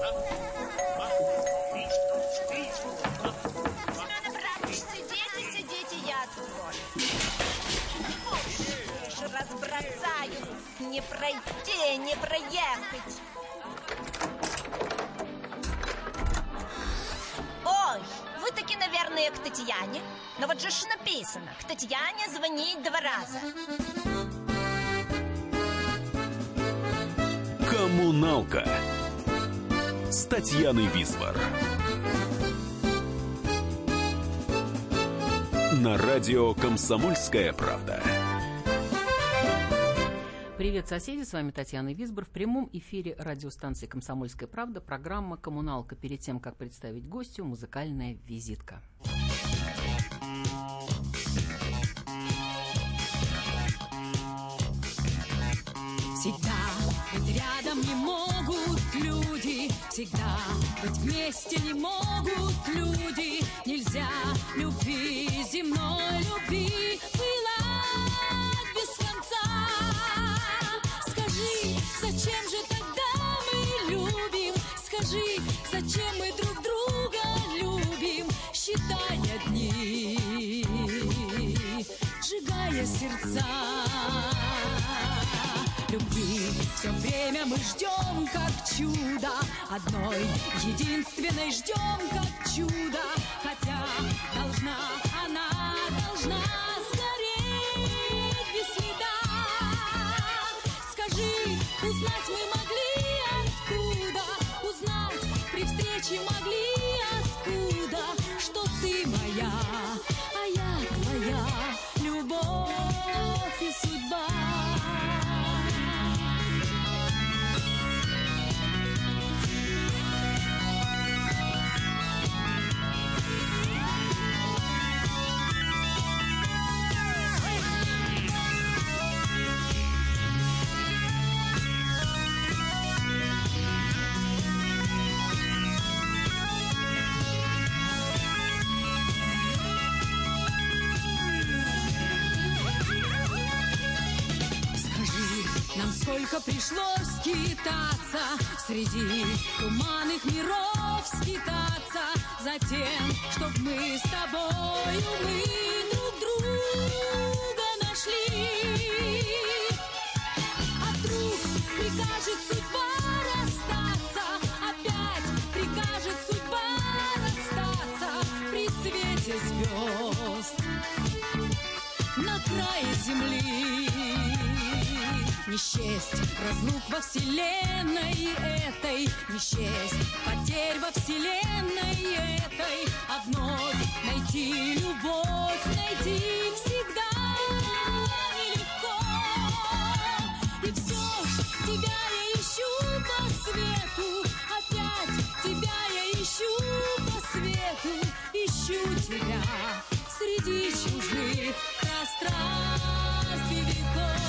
Сидите, я тут. Разбросаю. Не пройти, не проехать. Ой, вы таки, наверное, к Татьяне. Но вот же ж написано: к Татьяне звонить 2 раза. Коммуналка с Татьяной Висбор. На радио «Комсомольская правда». Привет, соседи, с вами Татьяна Висбор. В прямом эфире радиостанции «Комсомольская правда» программа «Коммуналка». Перед тем, как представить гостю, музыкальная визитка. Всегда быть рядом не могут люди, всегда быть вместе не могут люди. Нельзя любви, земной любви, пылать без конца. Скажи, зачем же тогда мы любим? Скажи, зачем мы друг друга любим? Считая дни, сжигая сердца. Любви все время мы ждем, как чудо, одной единственной ждем, как чудо, хотя она должна сгореть без следа. Скажи, узнать мы могли откуда, узнать при встрече могли откуда, что ты моя, а я твоя, любовь и судьба. Сколько пришлось скитаться, среди туманных миров скитаться, за тем, чтоб мы с тобою, мы друг друга нашли. А вдруг прикажет судьба расстаться, опять прикажет судьба расстаться при свете звезд на крае земли. Не счесть разлук во вселенной этой, не счесть потерь во вселенной этой, а вновь найти любовь, найти всегда нелегко. И все ж тебя я ищу по свету, опять тебя я ищу по свету, ищу тебя среди чужих пространств и веков.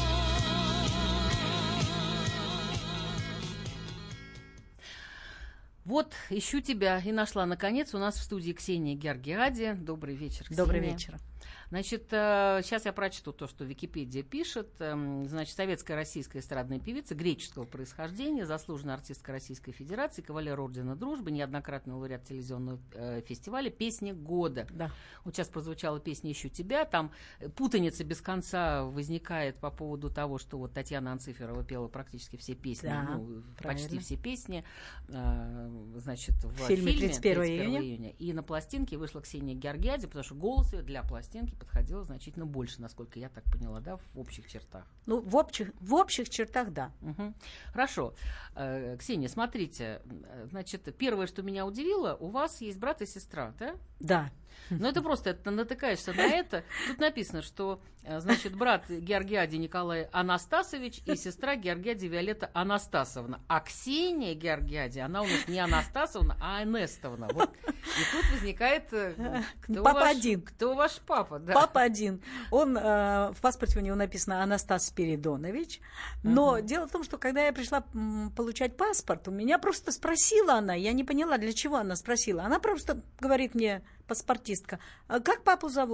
Вот, ищу тебя и нашла. Наконец, у нас в студии Ксения Георгиади. Добрый вечер, Ксения. Добрый вечер. Значит, сейчас я прочту то, что Википедия пишет. Значит, советская российская эстрадная певица греческого происхождения, заслуженная артистка Российской Федерации, кавалер Ордена Дружбы, неоднократный лауреат телевизионного фестиваля «Песня года». Да. Вот сейчас прозвучала песня «Ищу тебя». Там путаница без конца возникает по поводу того, что вот Татьяна Анциферова пела практически все песни, да, почти все песни, значит, в фильме 31 июня. И на пластинке вышла Ксения Георгиади, потому что голос ее для пластинки подходило значительно больше, насколько я так поняла, да, в общих чертах. Ну, в общих чертах, да. Угу. Хорошо. Ксения, смотрите, значит, первое, что меня удивило, у вас есть брат и сестра, да? Да. Но это просто, ты натыкаешься на это. Тут написано, что, значит, брат Георгиади Николай Анастасович и сестра Георгиади Виолетта Анастасовна. А Ксения Георгиади, она у нас не Анастасовна, а Анестовна. Вот. И тут возникает... Кто ваш папа? Да. Папа один. Он, в паспорте у него написано Анастас Спиридонович. Но дело в том, что когда я пришла получать паспорт, у меня просто спросила она, я не поняла, для чего она спросила. Она просто говорит мне, паспортистка, как папу зовут?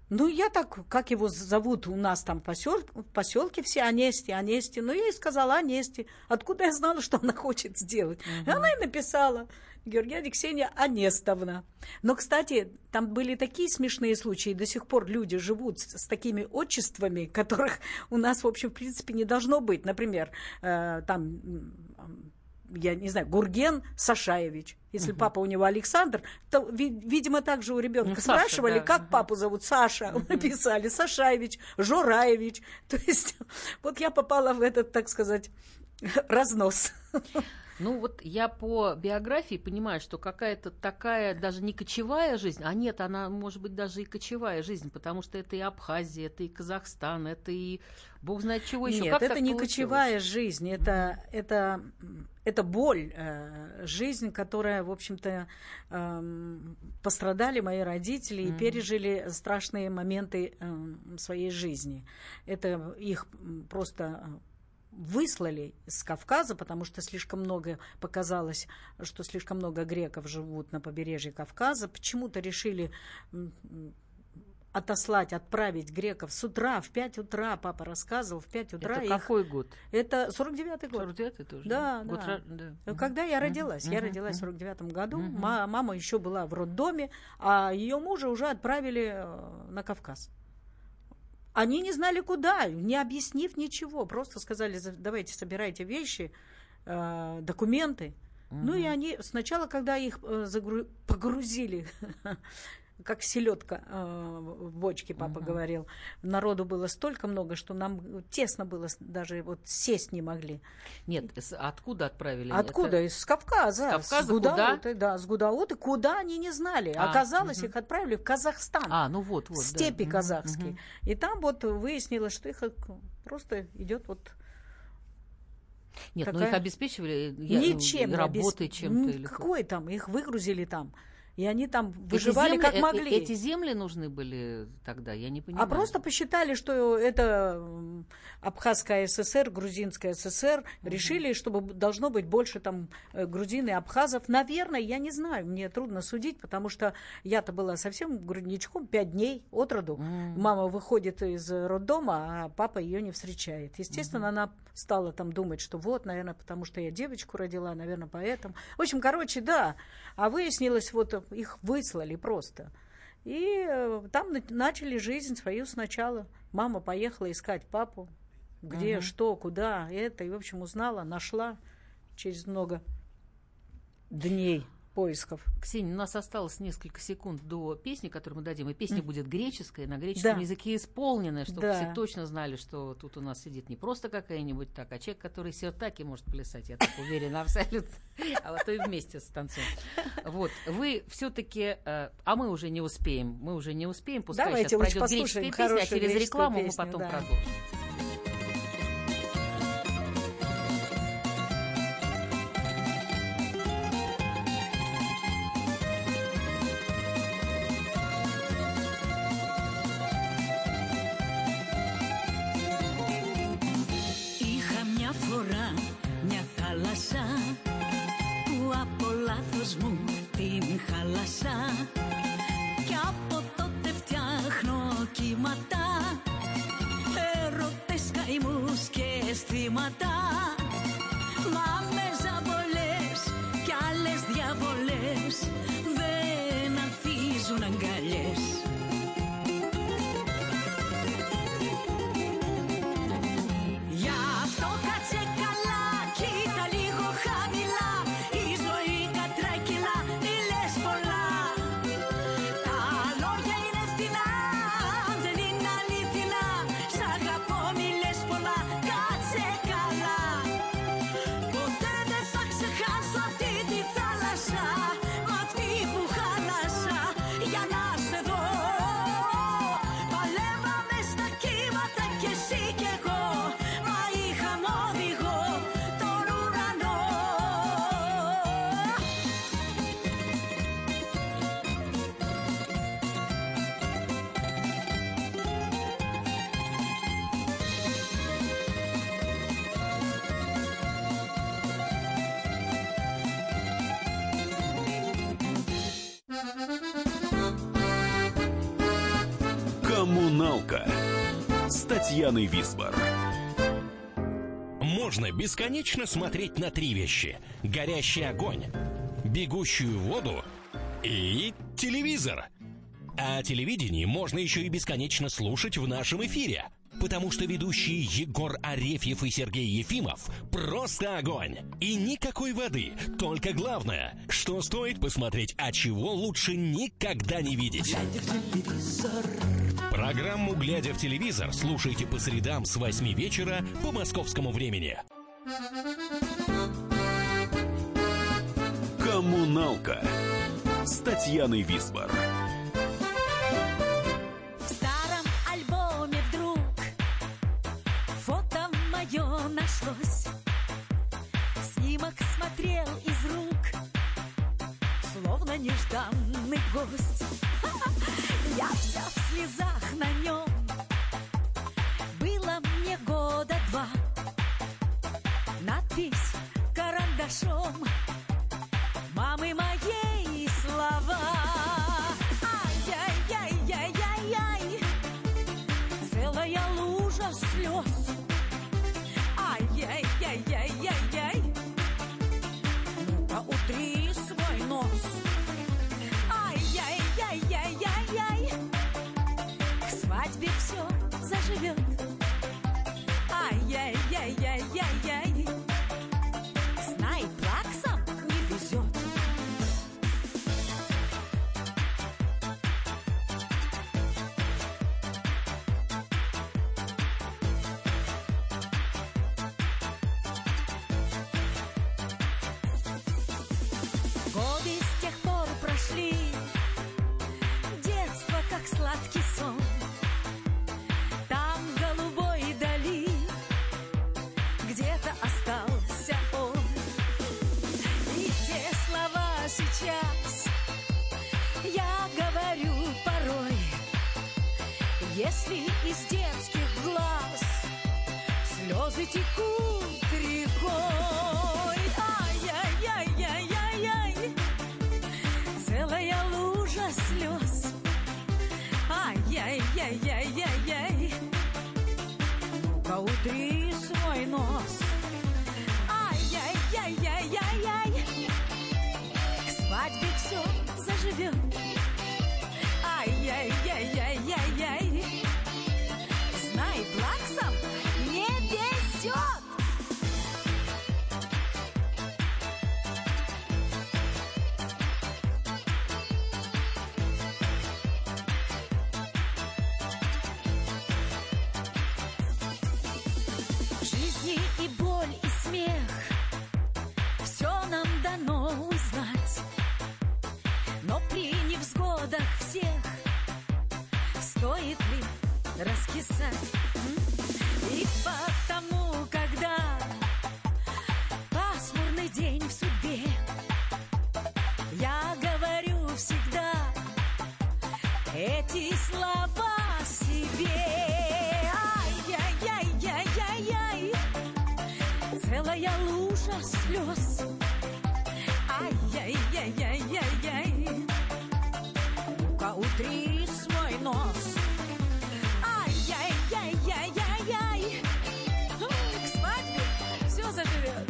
Ну, я так, как его зовут у нас там в поселке все, Анести. Ну, я ей сказала Анести. Откуда я знала, что она хочет сделать? И она и написала: Георгия Ксения Анестовна. Но, кстати, там были такие смешные случаи. До сих пор люди живут с такими отчествами, которых у нас, в общем, в принципе, не должно быть. Например, там... я не знаю, Гурген Сашаевич. Если папа у него Александр, то, видимо, также у ребенка спрашивали, Саша, да. Как папу зовут? Саша. Написали Сашаевич, Жораевич. То есть вот я попала в этот, так сказать, разнос. Ну вот я по биографии понимаю, что какая-то такая даже не кочевая жизнь, а нет, она может быть даже и кочевая жизнь, потому что это и Абхазия, это и Казахстан, это и бог знает чего еще. Нет, как это не кочевая жизнь, это боль, жизнь, которая, в общем-то, пострадали мои родители и пережили страшные моменты своей жизни. Это их просто... выслали с Кавказа, потому что слишком много показалось, что слишком много греков живут на побережье Кавказа. Почему-то решили отправить греков с утра, в 5 утра, папа рассказывал, в 5 утра. Это какой год? Это 49-й год. 49-й тоже? Да, год да. Когда я родилась? Я родилась в 49-м году, мама еще была в роддоме, а ее мужа уже отправили на Кавказ. Они не знали, куда, не объяснив ничего. Просто сказали: давайте, собирайте вещи, документы. Ну и они сначала, когда их погрузили, как селедка в бочке, папа говорил, народу было столько много, что нам тесно было, даже вот сесть не могли. Нет, откуда отправили? Откуда? Из Кавказа. С Кавказа с Гудауты, куда? Да, с Гудауты. Куда они не знали. Оказалось, их отправили в Казахстан. Ну вот. Степи казахские. И там вот выяснилось, что их просто идет вот... Нет, но их обеспечивали ничем работой чем-то? Или какой там? Их выгрузили там. И они там выживали как могли. Эти земли нужны были тогда, я не понимаю. А просто посчитали, что это Абхазская ССР, Грузинская ССР. Решили, чтобы должно быть больше там грузин и абхазов. Наверное, я не знаю, мне трудно судить, потому что я-то была совсем грудничком, 5 дней от роду. Мама выходит из роддома, а папа ее не встречает. Естественно, она стала там думать, что вот, наверное, потому что я девочку родила, наверное, поэтому. В общем, короче, да. А выяснилось, вот их выслали просто. И там начали жизнь свою сначала. Мама поехала искать папу. Где, что, куда, это. И, в общем, узнала, нашла через много дней поисков. Ксения, у нас осталось несколько секунд до песни, которую мы дадим. И песня будет греческая, на греческом языке исполненная, чтобы все точно знали, что тут у нас сидит не просто какая-нибудь так, а человек, который сиртаки может плясать, я так уверена абсолютно. А то и вместе танцуем. Вот, вы все-таки, а мы уже не успеем, пускай давайте сейчас пройдет послушаем греческая песня, а через рекламу мы потом продолжим. Κι από τότε φτιάχνω κύματα, έρωτες, καημούς και αισθήματα. Μα με ζαβολές κι άλλες διαβολές δεν ανθίζουν αγκαλιές. Γι' αυτό κάτσε καλά, κοίτα λίγο χαμηλά. Η ζωή κατράκυλα, μη λες πολλά. Τα λόγια Татьяной Висбор. Можно бесконечно смотреть на три вещи: горящий огонь, бегущую воду и телевизор. А телевидение можно еще и бесконечно слушать в нашем эфире, потому что ведущие Егор Арефьев и Сергей Ефимов просто огонь. И никакой воды, только главное, что стоит посмотреть, а чего лучше никогда не видеть. Глядя в телевизор. Программу «Глядя в телевизор» слушайте по средам с 8 вечера по московскому времени. Коммуналка с Татьяной Висбор. В старом альбоме вдруг фото мое нашлось. Снимок смотрел из рук, словно нежданный гость. Я вся в слезах на нем. Было мне года 2. Надпись карандашом мамы моей слова. Ай-яй-яй-яй-яй-яй, целая лужа слез. Ай-яй-яй-яй-яй-яй, ну-ка утри свой нос. Ай-яй-яй-яй-яй-яй, к свадьбе все заживет. Ай-яй-яй-яй-яй-яй, знай, плаксам не везет. Годы с тех пор прошли, детство как сладкий сон. Там в голубой дали где-то остался он. И те слова сейчас я говорю порой, если из детских глаз слезы текут рекой. Ай-яй-яй-яй-яй-яй, целая лужа слез. Ай-яй-яй-яй-яй-яй, ну-ка утри свой нос. Ай-яй-яй-яй-яй-яй, к свадьбе все заживет. Ай-яй-яй-яй-яй-яй, знай, плаксам не везет. Жизни и боль, и смех, все нам дано узнать. Но при невзгодах всех стоит ли раскисать? И потому, когда пасмурный день в судьбе, я говорю всегда эти слова себе. Ай-яй-яй-яй-яй-яй, целая лужа слез. Ай-яй-яй-яй-яй-яй, ну-ка утри свой нос. Ай-яй-яй-яй-яй-яй, к свадьбе все заживет.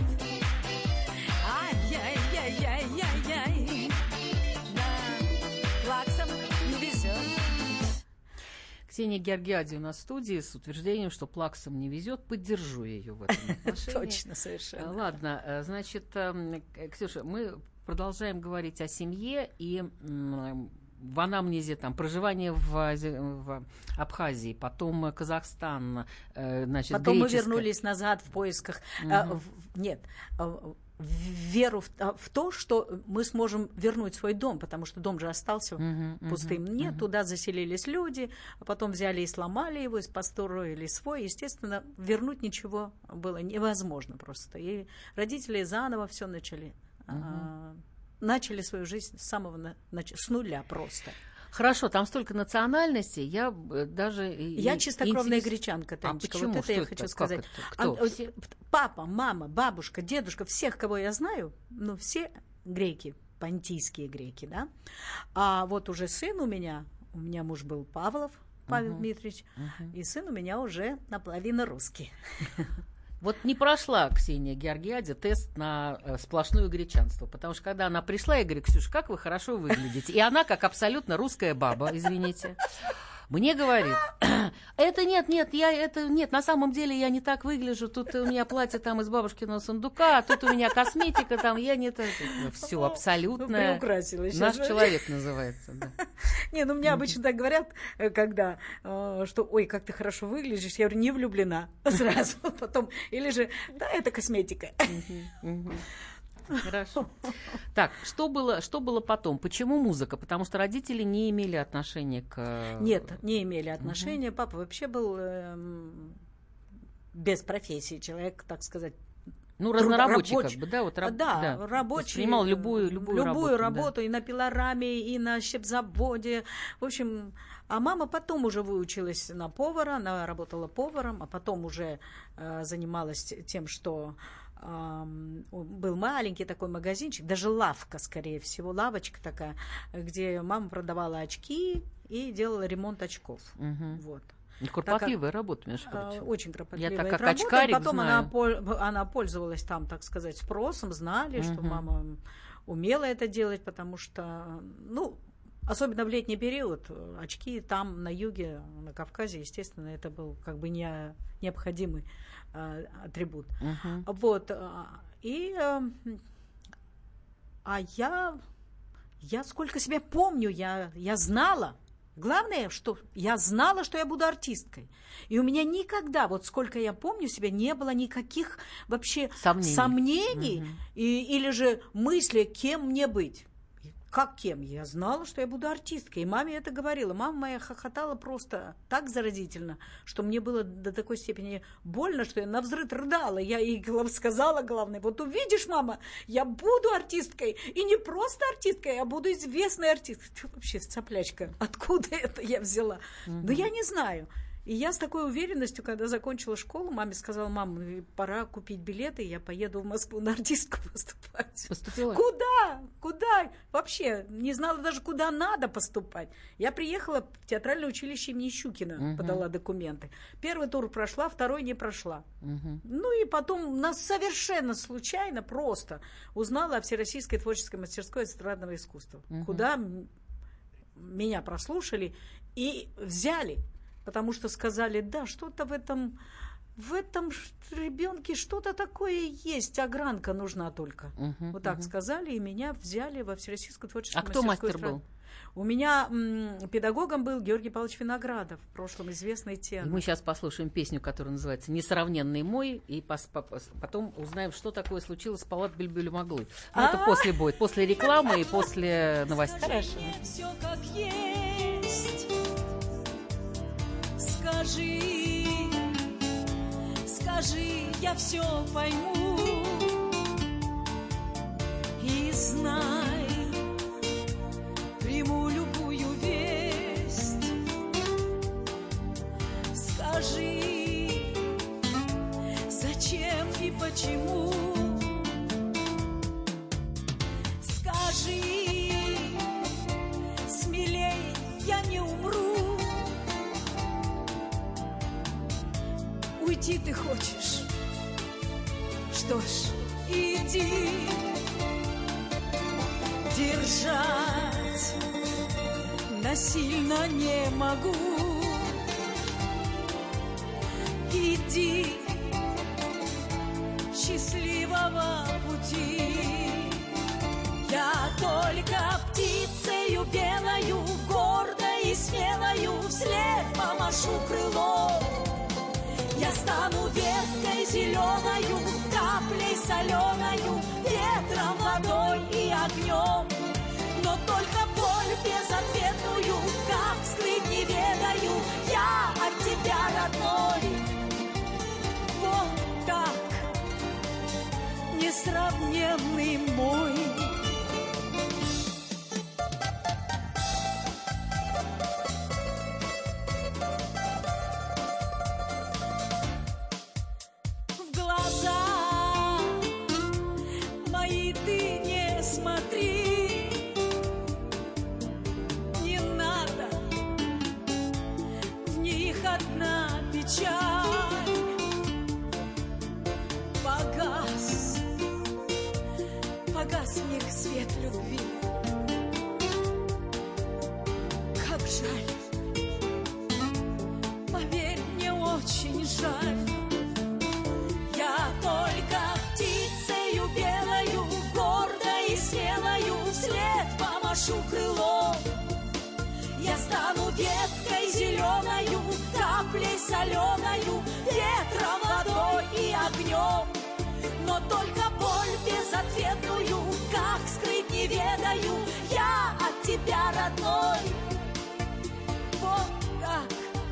Ай-яй-яй-яй-яй-яй, да, плаксам не везет. Ксения Георгиади у нас в студии с утверждением, что плаксам не везет. Поддержу ее в этом отношении. Точно, совершенно. Ладно, значит, Ксюша, мы продолжаем говорить о семье и в анамнезе там проживание в Абхазии, потом Казахстан, значит, потом мы греческое. вернулись назад в поисках. Веру в то, что мы сможем вернуть свой дом, потому что дом же остался пустым. Нет, туда заселились люди, а потом взяли и сломали его, и построили свой. Естественно, вернуть ничего было невозможно просто. И родители заново все начали. Начали свою жизнь с самого с нуля просто. Хорошо, там столько национальностей, я даже... Я чистокровная гречанка, Танечка, почему? Вот это что я хочу сказать. Кто? Папа, мама, бабушка, дедушка, всех, кого я знаю, ну, все греки, понтийские греки, да. А вот уже сын у меня муж был Павлов, Павел Дмитриевич, и сын у меня уже наполовину русский. Вот не прошла Ксения Георгиаде тест на сплошное гречанство, потому что когда она пришла, я говорю: Ксюша, как вы хорошо выглядите. И она, как абсолютно русская баба, извините, мне говорит: это нет, на самом деле я не так выгляжу, тут у меня платье там из бабушкиного сундука, тут у меня косметика там, я не так. Все абсолютно. Наш человек называется. Да. Не, ну мне обычно так говорят, когда, что, ой, как ты хорошо выглядишь, я говорю, не влюблена сразу, потом, или же, да, это косметика. Хорошо. Так, что было потом? Почему музыка? Потому что родители не имели отношения к... Нет, не имели отношения. Папа вообще был без профессии человек, так сказать. Ну, разнорабочий, как бы, да? Вот, да, рабочий. Принимал любую работу, да. И на пилораме, и на щепзаводе. В общем, а мама потом уже выучилась на повара, она работала поваром, а потом уже занималась тем, что... был маленький такой магазинчик, даже лавка, скорее всего, лавочка такая, где мама продавала очки и делала ремонт очков. Вот. Кропотливая работа, между прочим. Очень кропотливая Я так как работа. очкарик Потом знаю. она пользовалась там, так сказать, спросом, знали, что мама умела это делать, потому что, ну, особенно в летний период, очки там, на юге, на Кавказе, естественно, это был как бы необходимый атрибут. Вот. И я сколько себя помню, я знала. Главное, что я знала, что я буду артисткой. И у меня никогда, вот сколько я помню себя, не было никаких вообще сомнений или же мысли, кем мне быть. Как кем? Я знала, что я буду артисткой. И маме это говорила. Мама моя хохотала просто так заразительно, что мне было до такой степени больно, что я навзрыд рыдала. Я ей сказала, главное, вот увидишь, мама, я буду артисткой. И не просто артисткой, я буду известной артисткой. Ты вообще соплячка, откуда это я взяла? Да я не знаю. И я с такой уверенностью, когда закончила школу, маме сказала: мам, пора купить билеты, я поеду в Москву на артистку поступать. Поступила? Куда? Вообще, не знала даже, куда надо поступать. Я приехала в театральное училище имени Щукина, подала документы. Первый тур прошла, второй не прошла. Ну и потом нас совершенно случайно просто узнала о Всероссийской творческой мастерской эстрадного искусства, куда меня прослушали и взяли. Потому что сказали, да, что-то в этом ребенке что-то такое есть, огранка нужна только. Вот так сказали, и меня взяли во Всероссийскую творческую мастерскую. А кто мастер был? У меня педагогом был Георгий Павлович Виноградов, в прошлом известный тенор. И мы сейчас послушаем песню, которая называется «Несравненный мой», и потом узнаем, что такое случилось с Палат Бюльбюль-Маглы. Но это после будет, после рекламы и после новостей. Хорошо. Все как есть. Скажи, я все пойму. И знай, приму любую весть. Скажи, зачем и почему. Скажи, смелей, я не умру. Уйти ты хочешь? Что ж, иди. Держать насильно не могу. Иди, счастливого пути. Я только птицею белою, гордой и смелою, вслед помашу крылом. Я стану веткой зеленою, каплей соленою, ветром, водой и огнем. Но только боль безответную, как скрыть не ведаю, я от тебя, родной. Вот так, несравненный мой. погас в них свет любви. Как жаль, поверь, мне очень жаль. Я только птицею белою, гордой и смелою, вслед помашу крылом. Я стану веткой зеленою, каплей соленою, ветром, водой и огнем. Но только боль безответную, как скрыть не ведаю, я от тебя, родной. Вот как,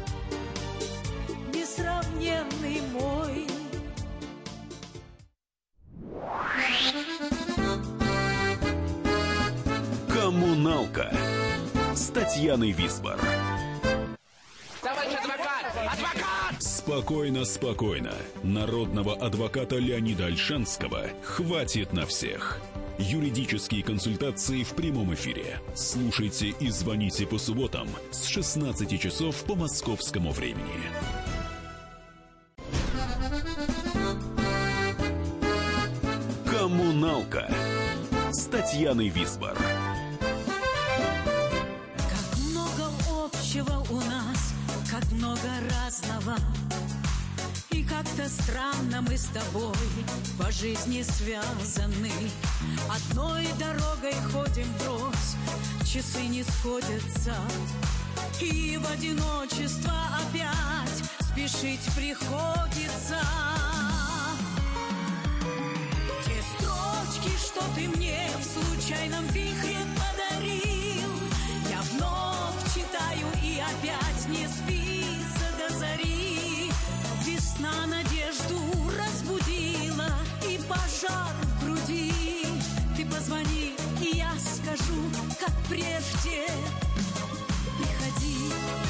несравненный мой. Коммуналка с Татьяной Висбор. Товарищ адвокат! Адвокат! Спокойно, спокойно. Народного адвоката Леонида Ольшанского хватит на всех. Юридические консультации в прямом эфире. Слушайте и звоните по субботам с 16 часов по московскому времени. Коммуналка с Татьяной Висбор. Как много общего у нас, как много разного. И как-то странно мы с тобой по жизни связаны. Одной дорогой ходим врозь, часы не сходятся. И в одиночество опять спешить приходится. Те строчки, что ты мне в случайном вихре подарил, я вновь читаю и опять не спится до зари. Весна надежду разбудила и пожар в груди. Ты позвони, и я скажу, как прежде. Приходи.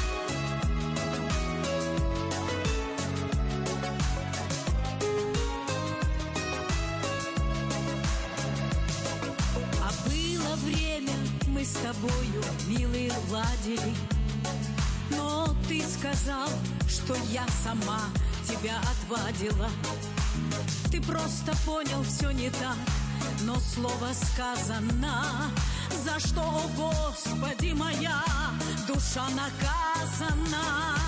А было время, мы с тобою, милые, ладили. Но ты сказал, что я сама тебя отвадила. Ты просто понял, все не так, но слово сказано. За что, о Господи, моя душа наказана.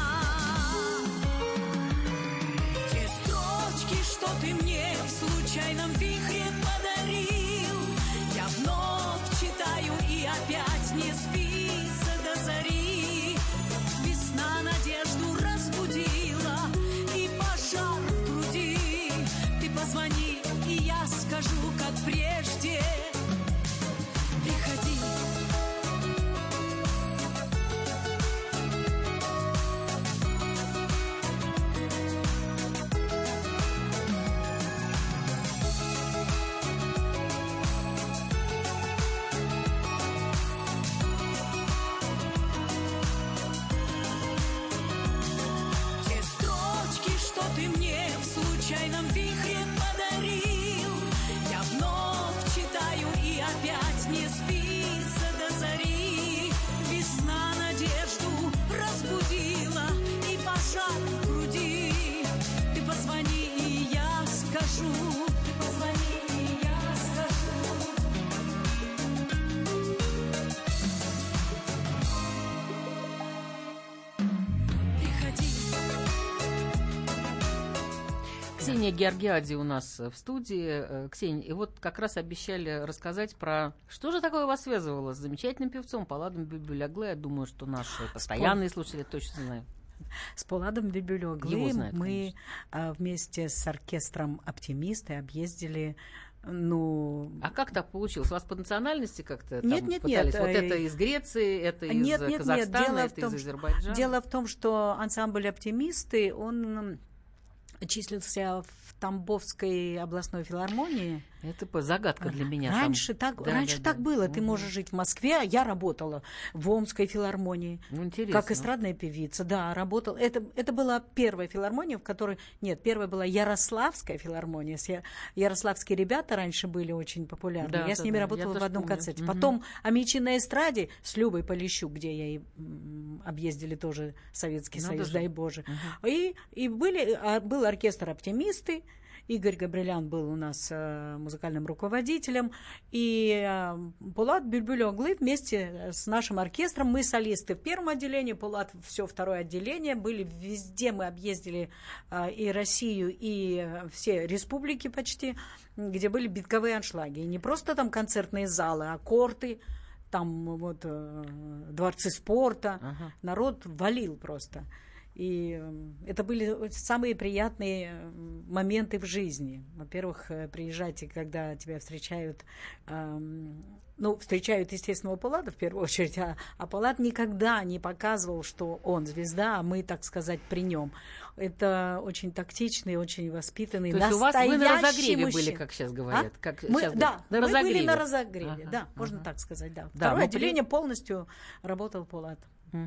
Те строчки, что ты мне в случайном вихре подарил, я вновь читаю и опять не спится до зари. Весна надежду разбудила и пожар в груди. Ты позвони, и я скажу, как прежде. Приходи. Те строчки, что ты мне в случайном вихре подарил, я вновь читаю и опять не спится до зари. Весна надежду разбудила и пожар в груди. Ты позвони, и я скажу. Ты позвони, и я скажу. Приходи. Ксения Георгиади у нас в студии. Ксения, и вот как раз обещали рассказать про... Что же такое вас связывало с замечательным певцом Поладом Бюлбюль-Аглы? Я думаю, что наши постоянные слушатели точно знают. С Поладом Его Бюлбюль-Аглы знают, мы вместе с оркестром «Оптимисты» объездили, ну... А как так получилось? У вас по национальности как-то там Нет, нет, пытались? нет. Вот это из Греции, это из Казахстана, это из Азербайджана? Дело в том, что ансамбль «Оптимисты», он числился в Тамбовской областной филармонии. Это загадка для меня. Раньше там... так было. Ты можешь жить в Москве, а я работала в Омской филармонии. Ну, интересно. Как эстрадная певица. Да, работала. Это была первая филармония, в которой... Нет, первая была Ярославская филармония. Ярославские ребята раньше были очень популярны. Да, я с ними работала в одном концерте. Потом «Амичи на эстраде» с Любой Полищук, где я и объездили тоже Советский Союз, дай Боже. И был оркестр «Оптимисты». Игорь Габрилян был у нас музыкальным руководителем, и Полат Бюльбюль-Оглы вместе с нашим оркестром, мы солисты в первом отделении, Полат все второе отделение, были везде, мы объездили и Россию, и все республики почти, где были битковые аншлаги. И не просто там концертные залы, а корты, там вот дворцы спорта, народ валил просто. И это были самые приятные моменты в жизни. Во-первых, приезжать, и когда тебя встречают, встречают естественного Полата в первую очередь, а Полат никогда не показывал, что он звезда, а мы, так сказать, при нем. Это очень тактичный, очень воспитанный, то есть настоящий у вас вы на разогреве мужчина. были, как сейчас говорят? Мы были на разогреве, разогреве. да, можно так сказать, да. Да, Второе отделение полностью работал Полат.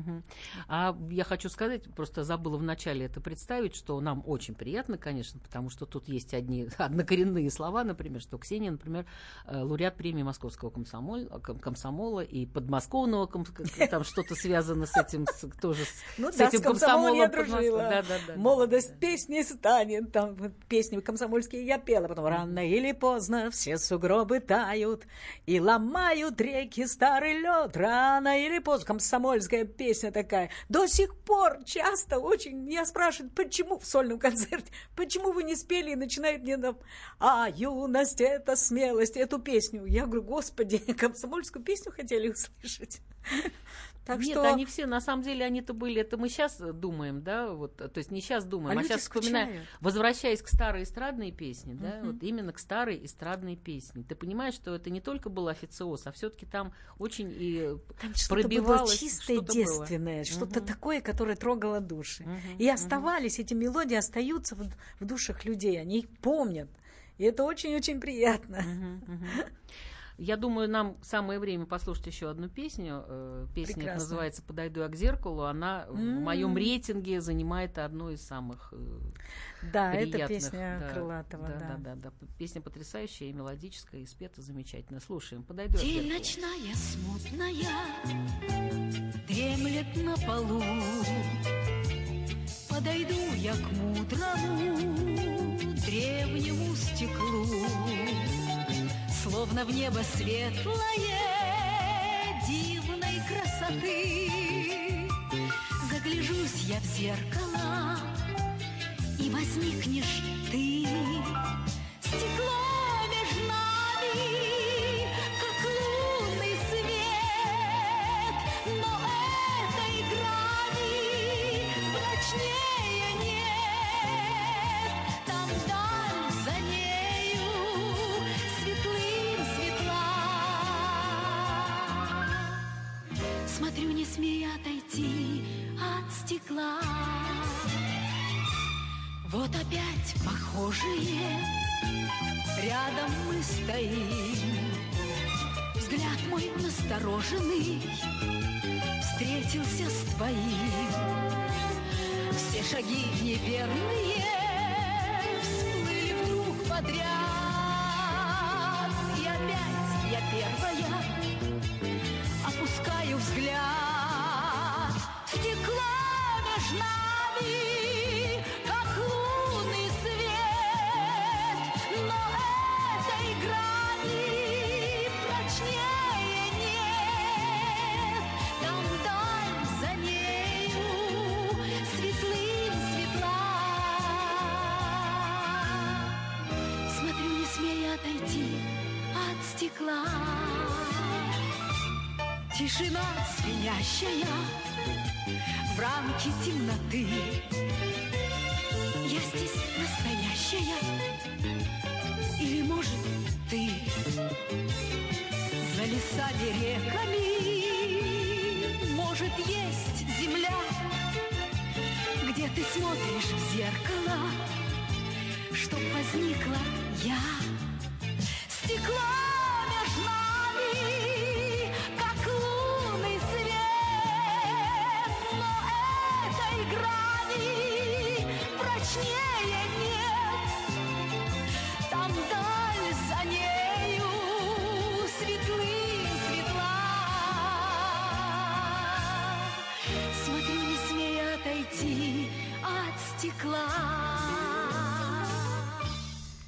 А я хочу сказать, просто забыла вначале это представить, что нам очень приятно, конечно, потому что тут есть однокоренные слова, например, что Ксения, например, лауреат премии Московского комсомола и подмосковного, там что-то связано с этим, тоже с этим комсомолом. Я дружила. Молодость песни станет, там песни комсомольские я пела, потом рано или поздно все сугробы тают и ломают реки старый лед, рано или поздно, комсомольская песня такая. До сих пор часто очень меня спрашивают, почему в сольном концерте, почему вы не спели, и начинают мне там, юность — это смелость, эту песню. Я говорю, господи, комсомольскую песню хотели услышать. Так Нет, что... они все, на самом деле, они-то были, это мы сейчас думаем, да, вот, то есть не сейчас думаем, а сейчас вспоминаем, возвращаясь к старой эстрадной песне, да, вот именно к старой эстрадной песне. Ты понимаешь, что это не только был официоз, а все-таки там очень и там пробивалось. Что-то было чистое, девственное, что-то такое, которое трогало души. И оставались, эти мелодии остаются в душах людей, они их помнят. И это очень-очень приятно. Я думаю, нам самое время послушать еще одну песню. Песня называется «Подойду я к зеркалу». Она в моем рейтинге занимает одну из самых приятных. Это песня Крылатова. Да. Песня потрясающая и мелодическая, и спета замечательно. Слушаем «Подойду я к зеркалу». Тень ночная, смутная, дремлет на полу. Подойду я к мудрому древнему стеклу. Словно в небо светлое, дивной красоты. Загляжусь я в зеркало, и возникнешь ты. Стекло между нами, как лунный свет, но этой грани прочнее нет. Там даль за нею светлым светла. Смотрю, не смея отойти от стекла. Вот опять похожие, рядом мы стоим. Взгляд мой настороженный встретился с твоим. Все шаги неверные всплыли вдруг подряд. И опять я первая опускаю взгляд. Стекло между нами, как лунный свет, но этой грани прочнее нет. Там даль за нею светлым светла. Смотрю, не смея отойти от стекла. Тишина звенящая в рамке темноты. Я здесь настоящая, или, может, ты? За лесами, реками, может, есть земля, где ты смотришь в зеркало, чтоб возникла я. Стекло между нами, как лунный свет, но этой грани прочнее нет. Там даль за нею светлые светла. Смотрю, не смея отойти от стекла.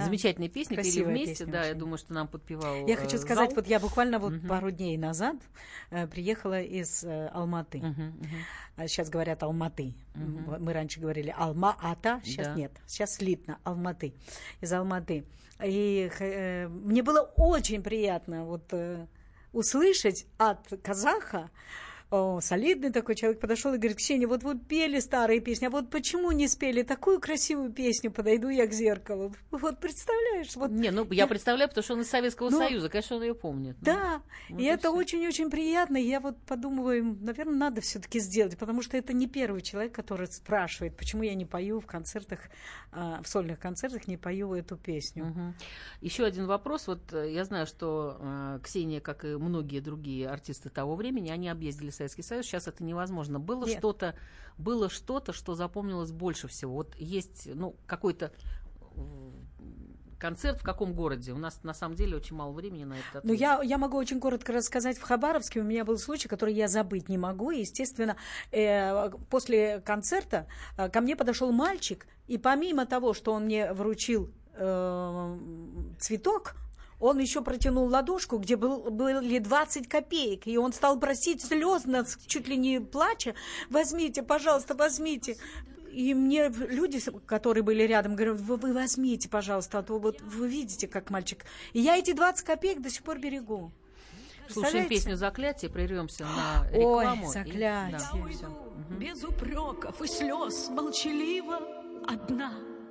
Замечательная песня, пели Красивая вместе, песня да, я очень. думаю, что нам подпевал Я хочу сказать, зал. вот я буквально пару дней назад приехала из Алматы. Сейчас говорят Алматы. Мы раньше говорили Алма-Ата, сейчас Да. нет. Сейчас слитно Алматы. Из Алматы. И мне было очень приятно вот услышать от казаха, солидный такой человек подошел и говорит: Ксения, вот вы пели старые песни, а вот почему не спели такую красивую песню «Подойду я к зеркалу»? Вот представляешь? Вот Не, ну я представляю, потому что он из Советского Союза, конечно, он ее помнит. да, Вот и и это всё. очень-очень приятно. И я вот подумываю, наверное, надо все-таки сделать, потому что это не первый человек, который спрашивает, почему я не пою в концертах, в сольных концертах не пою эту песню. Еще один вопрос. Вот я знаю, что Ксения, как и многие другие артисты того времени, они объездили Советский Союз. Сейчас это невозможно. Было Нет. что-то, что запомнилось больше всего. Вот есть, какой-то концерт в каком городе? У нас на самом деле очень мало времени на это. Ну, я могу очень коротко рассказать. В Хабаровске у меня был случай, который я забыть не могу. И, естественно, после концерта ко мне подошел мальчик, и помимо того, что он мне вручил цветок, он еще протянул ладошку, где были 20 копеек, и он стал просить слезно, чуть ли не плача: возьмите, пожалуйста, возьмите. И мне люди, которые были рядом, говорят: вы возьмите, пожалуйста, а то вот вы видите, как мальчик. И я эти 20 копеек до сих пор берегу. Слушаем песню «Заклятие», прервемся на рекламу. Ой, «Заклятие». Я уйду без упреков и слез, молчаливо одна.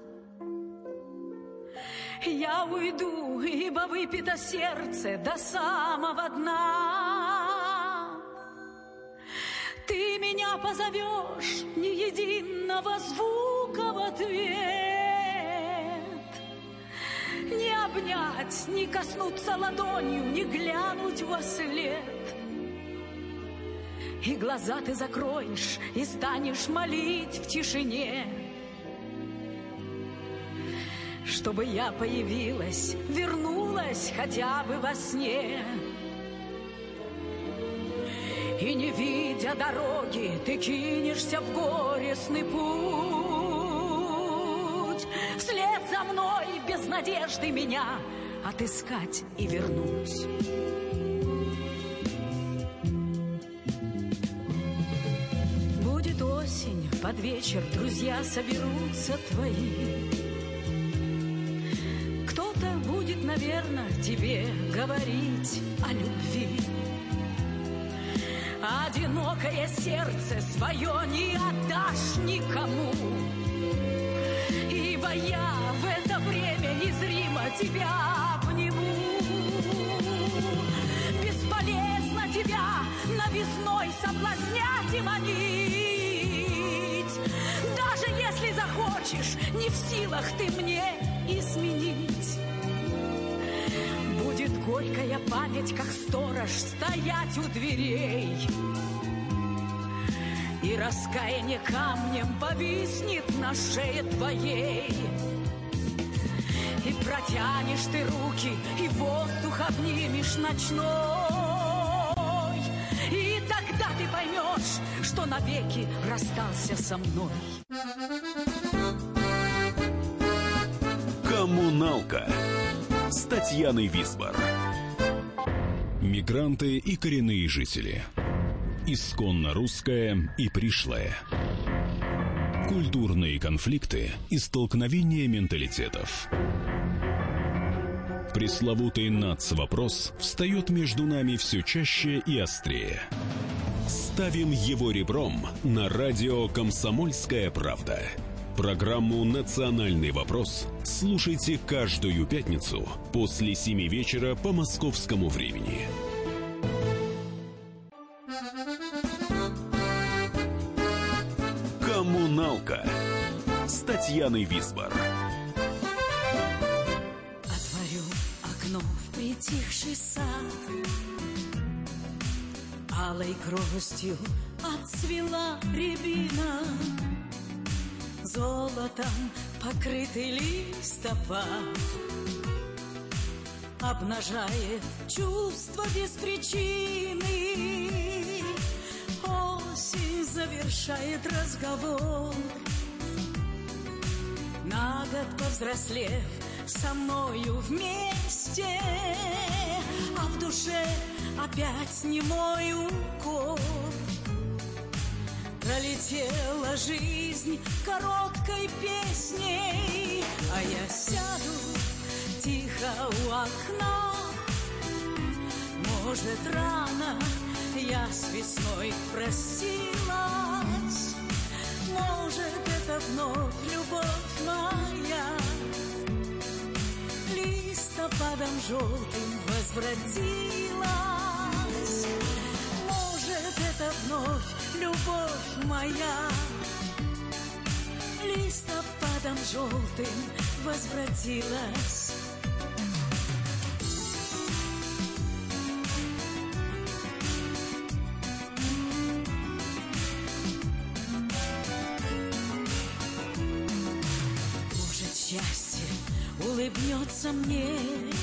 Я уйду, ибо выпито сердце до самого дна. Ты меня позовешь, ни единого звука в ответ. Не обнять, не коснуться ладонью, не глянуть во след. И глаза ты закроешь, и станешь молить в тишине, чтобы я появилась, вернулась хотя бы во сне. И не видя дороги, ты кинешься в горестный путь. Вслед за мной без надежды меня отыскать и вернуть. Будет осень, под вечер друзья соберутся твои. Кто-то будет, наверное, тебе говорить о любви. Одинокое сердце свое не отдашь никому, ибо я в это время незримо тебя обниму. Бесполезно тебя новизной соблазнять и манить. Даже если захочешь, не в силах ты мне изменить. Будет горькая память, как сторож, стоять у дверей. И раскаяние камнем повиснет на шее твоей. И протянешь ты руки, и воздух обнимешь ночной. И тогда ты поймешь, что навеки расстался со мной. «Коммуналка» с Татьяной Висбор. Мигранты и коренные жители. Исконно русское и пришлое. Культурные конфликты и столкновения менталитетов. Пресловутый НАЦ-вопрос встает между нами все чаще и острее. Ставим его ребром на радио «Комсомольская правда». Программу «Национальный вопрос» слушайте каждую пятницу после 7 вечера по московскому времени. «Коммуналка» с Татьяной Висбор. Отворю окно в притихший сад. Алой грустью отцвела рябина. Золотом покрытый листопад обнажает чувства без причины. Осень завершает разговор. На год повзрослев, со мною вместе, а в душе опять немой укор. Пролетела жизнь короткой песней, а я сяду тихо у окна. Может, рано я с весной простилась, может, это вновь любовь моя листопадом желтым возвратилась. Может, это вновь любовь моя листопадом желтым возвратилась. Может, счастье улыбнется мне,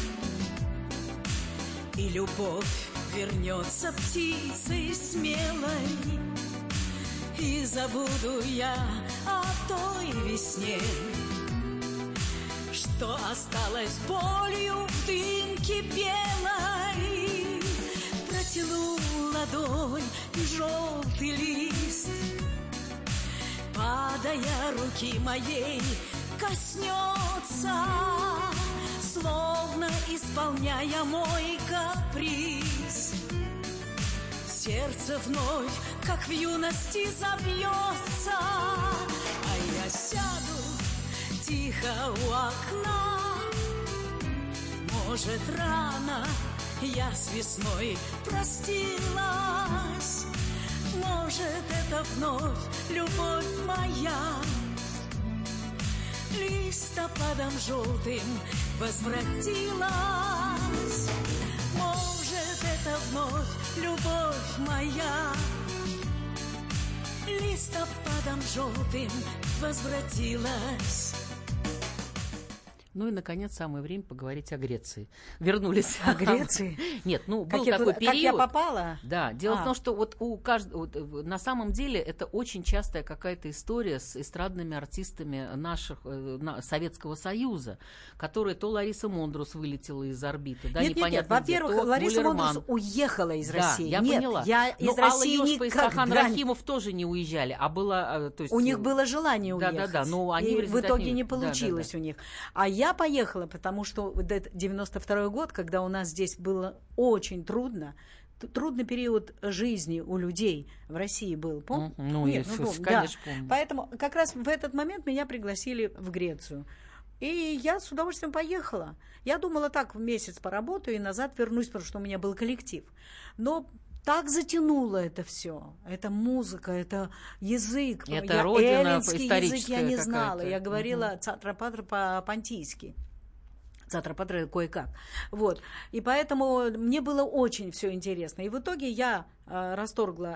и любовь вернется птицей смелой, и забуду я о той весне, что осталась болью в дымке белой. Протяну ладонь, и желтый лист, падая руки моей, коснется, словно исполняя мой каприз. Сердце вновь, как в юности, забьется, а я сяду тихо у окна. Может, рано я с весной простилась, может, это вновь любовь моя листопадом желтым возвратилась. Может, это вновь любовь моя листопадом желтым возвратилась. Ну и, наконец, самое время поговорить о Греции. Вернулись. О Греции? Нет, ну, был такой период. Как я попала? Да, дело в том, что вот у каждого, на самом деле, это очень частая какая-то история с эстрадными артистами наших, Советского Союза, которые то Лариса Мондрус вылетела из орбиты, да, нет, во-первых, Лариса Мондрус уехала из России. Да, я поняла. Я из Алла России Ёшпа и никогда... Стахан Рахимов тоже не уезжали, а было... То есть, у них было желание уехать. Да, но они в итоге не получилось у них. А я поехала, потому что 92-й год, когда у нас здесь было очень трудный период жизни у людей в России был. Помню? Ну, Нет, конечно, да. помню. Поэтому как раз в этот момент меня пригласили в Грецию. И я с удовольствием поехала. Я думала, так, в месяц поработаю и назад вернусь, потому что у меня был коллектив. Но так затянуло это все. Это музыка, это язык. Это родина эллинский язык я не историческая знала. какая-то. Я говорила цатропатр по-понтийски. Цатропатр кое-как. Вот. И поэтому мне было очень все интересно. И в итоге я расторгла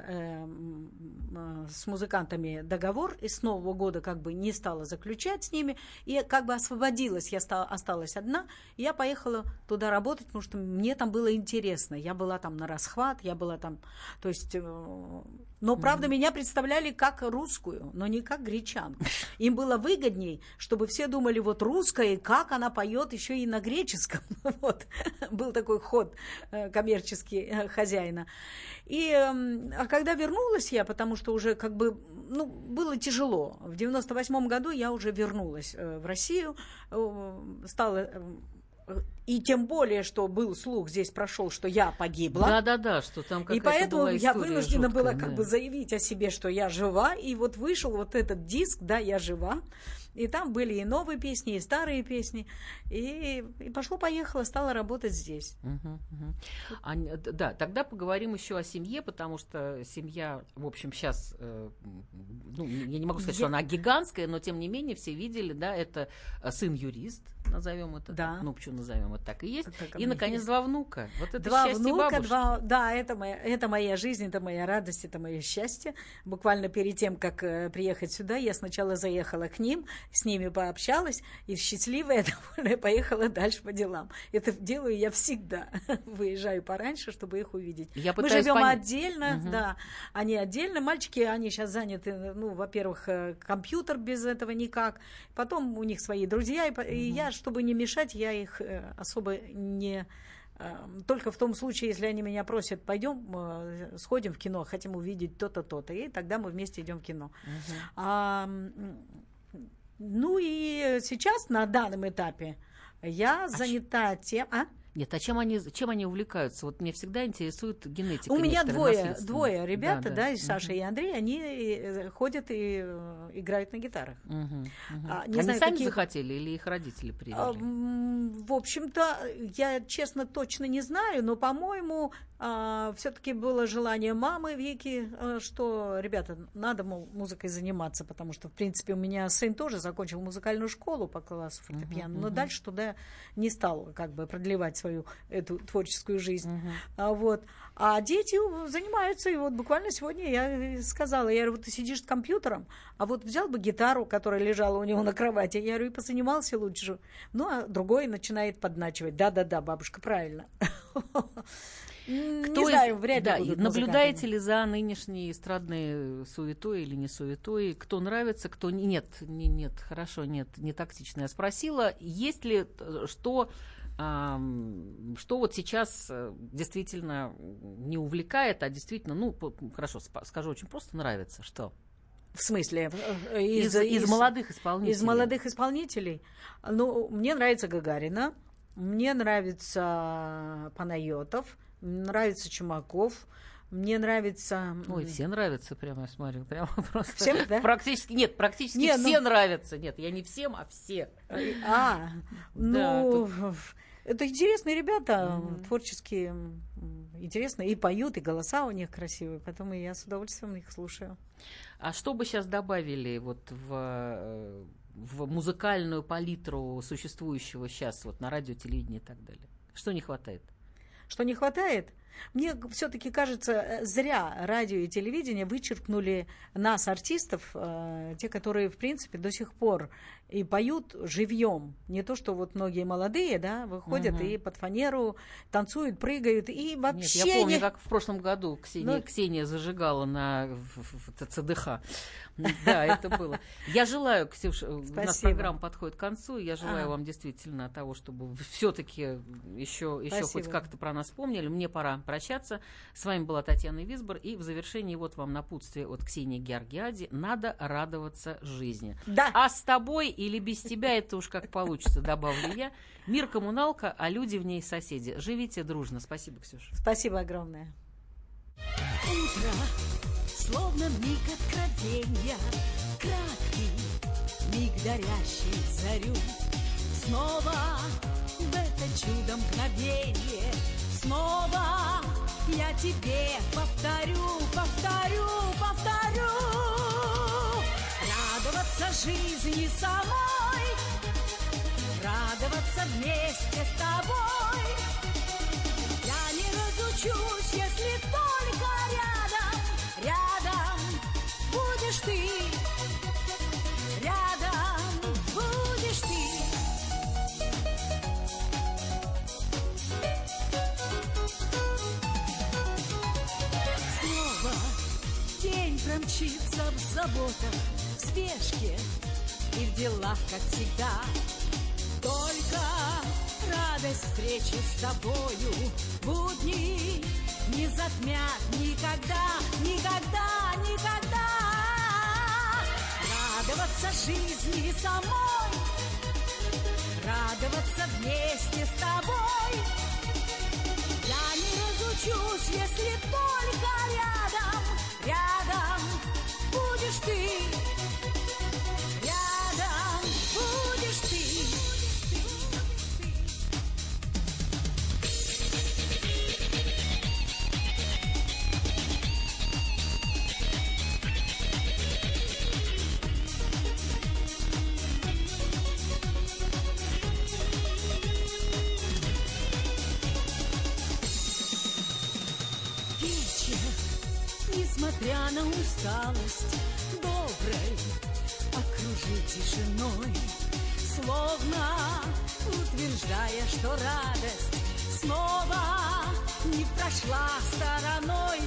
с музыкантами договор и с Нового года как бы не стала заключать с ними, и как бы освободилась, я осталась одна, и я поехала туда работать, потому что мне там было интересно. Я была там на расхват, я была там, то есть... Но, правда, меня представляли как русскую, но не как гречанку. Им было выгодней, чтобы все думали, вот русская, и как она поет еще и на греческом. Вот. Был такой ход коммерческий хозяина. А когда вернулась я, потому что уже как бы, было тяжело. В 98 году я уже вернулась в Россию, стала... И тем более, что был слух, здесь прошел, что я погибла. Да, что там какая-то и поэтому была я история вынуждена жуткая, была как бы заявить о себе, что я жива. И вот вышел вот этот диск, да, я жива. И там были и новые песни, и старые песни. И пошло-поехало, стала работать здесь. Да, тогда поговорим еще о семье, потому что семья, в общем, сейчас, я не могу сказать, что она гигантская, но тем не менее все видели, да, это сын-юрист, назовем это, да. Почему назовем это так и есть. Так, и, наконец, два внука. Вот это два счастье внука, бабушки. Да, это моя жизнь, это моя радость, это мое счастье. Буквально перед тем, как приехать сюда, я сначала заехала к ним, с ними пообщалась, и счастливая, довольная, поехала дальше по делам. Это делаю я всегда. Выезжаю пораньше, чтобы их увидеть. Мы живем отдельно, да, они отдельно. Мальчики, они сейчас заняты, во-первых, компьютер без этого никак. Потом у них свои друзья, и я чтобы не мешать, я их особо не... Только в том случае, если они меня просят, пойдем, сходим в кино, хотим увидеть то-то, то-то, и тогда мы вместе идем в кино. Ну и сейчас, на данном этапе, я занята тем... Нет, а чем они увлекаются? Вот меня всегда интересует генетика. У меня двое ребята, да, и Саша и Андрей, они ходят и играют на гитарах. Они знаю, сами захотели или их родители привели? В общем-то, я честно точно не знаю, но, по-моему, все-таки было желание мамы Вики, что, ребята, надо, мол, музыкой заниматься, потому что, в принципе, у меня сын тоже закончил музыкальную школу по классу фортепиано, но дальше туда не стал как бы продлевать свою эту творческую жизнь. А дети занимаются, и вот буквально сегодня я сказала, я говорю, вот ты сидишь с компьютером, а вот взял бы гитару, которая лежала у него на кровати, я говорю, и позанимался лучше. Ну, а другой начинает подначивать. Да-да-да, бабушка, правильно. Не знаю, вряд ли будут наблюдаете ли за нынешней эстрадной суетой или не суетой? Кто нравится, кто нет, хорошо, нет, не тактично я спросила. Есть ли что вот сейчас действительно не увлекает, а действительно, ну, хорошо, скажу очень просто, нравится, что? В смысле? Из молодых исполнителей. Из молодых исполнителей? Ну, мне нравится Гагарина, мне нравится Панайотов, нравится Чумаков, мне нравится... Ой, все нравятся, прямо я смотрю, прямо просто... Всем, да? Практически все нравятся. Нет, я не всем, а все. Это интересные ребята, творческие, интересные, и поют, и голоса у них красивые, поэтому я с удовольствием их слушаю. А что бы сейчас добавили вот в музыкальную палитру существующего сейчас вот на радио, телевидении и так далее? Что не хватает? Что не хватает? Мне все-таки кажется, зря радио и телевидение вычеркнули нас, артистов, те, которые, в принципе, до сих пор и поют живьем. Не то, что вот многие молодые, да, выходят и под фанеру танцуют, прыгают, и вообще... Нет, я помню, как в прошлом году Ксения зажигала на ЦДХ. Да, это было. Я желаю, Ксюша, у нас программа подходит к концу, я желаю вам действительно того, чтобы все-таки еще хоть как-то про нас помнили. Мне пора прощаться. С вами была Татьяна Висбор, и в завершении вот вам напутствие от Ксении Георгиади. Надо радоваться жизни. Да. А с тобой или без тебя, это уж как получится, добавлю я. Мир коммуналка, а люди в ней соседи. Живите дружно. Спасибо, Ксюша. Спасибо огромное. Утро, словно миг откровения, краткий миг, дарящий зарю. Снова в это чудо мгновение, снова я тебе повторю. Радоваться жизни самой, радоваться вместе с тобой. Я не разучусь, если только рядом будешь ты, рядом будешь ты. Снова день промчится в заботах, в спешке и в делах, как всегда. Только радость встречи с тобою будни не затмят никогда. Радоваться жизни самой, радоваться вместе с тобой. Я не разучусь, если только рядом будешь ты. Рядом будешь ты. Несмотря на усталость, доброй окружи тишиной, словно утверждая, что радость снова не прошла стороной.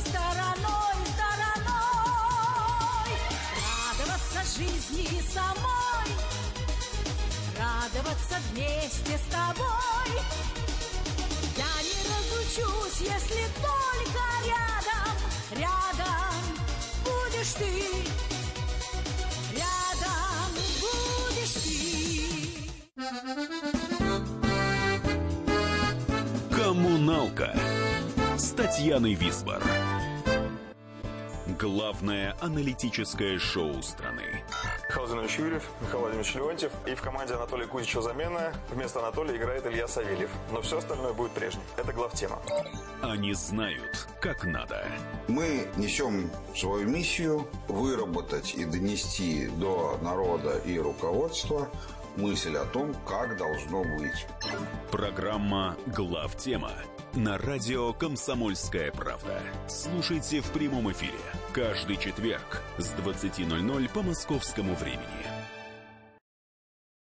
Радоваться жизни самой, радоваться радоваться вместе с тобой. Я не разлучусь, если только рядом будешь ты. Рядом будешь ты. «Коммуналка» с Татьяной Висбор. Главное аналитическое шоу страны. Михаил Владимирович Юрьев, Михаил Владимирович Леонтьев. И в команде Анатолия Кузичева замена. Вместо Анатолия играет Илья Савельев. Но все остальное будет прежним. Это главтема. Они знают, как надо. Мы несем свою миссию выработать и донести до народа и руководства мысль о том, как должно быть. Программа «Главтема» на радио «Комсомольская правда». Слушайте в прямом эфире каждый четверг с 20:00 по московскому времени.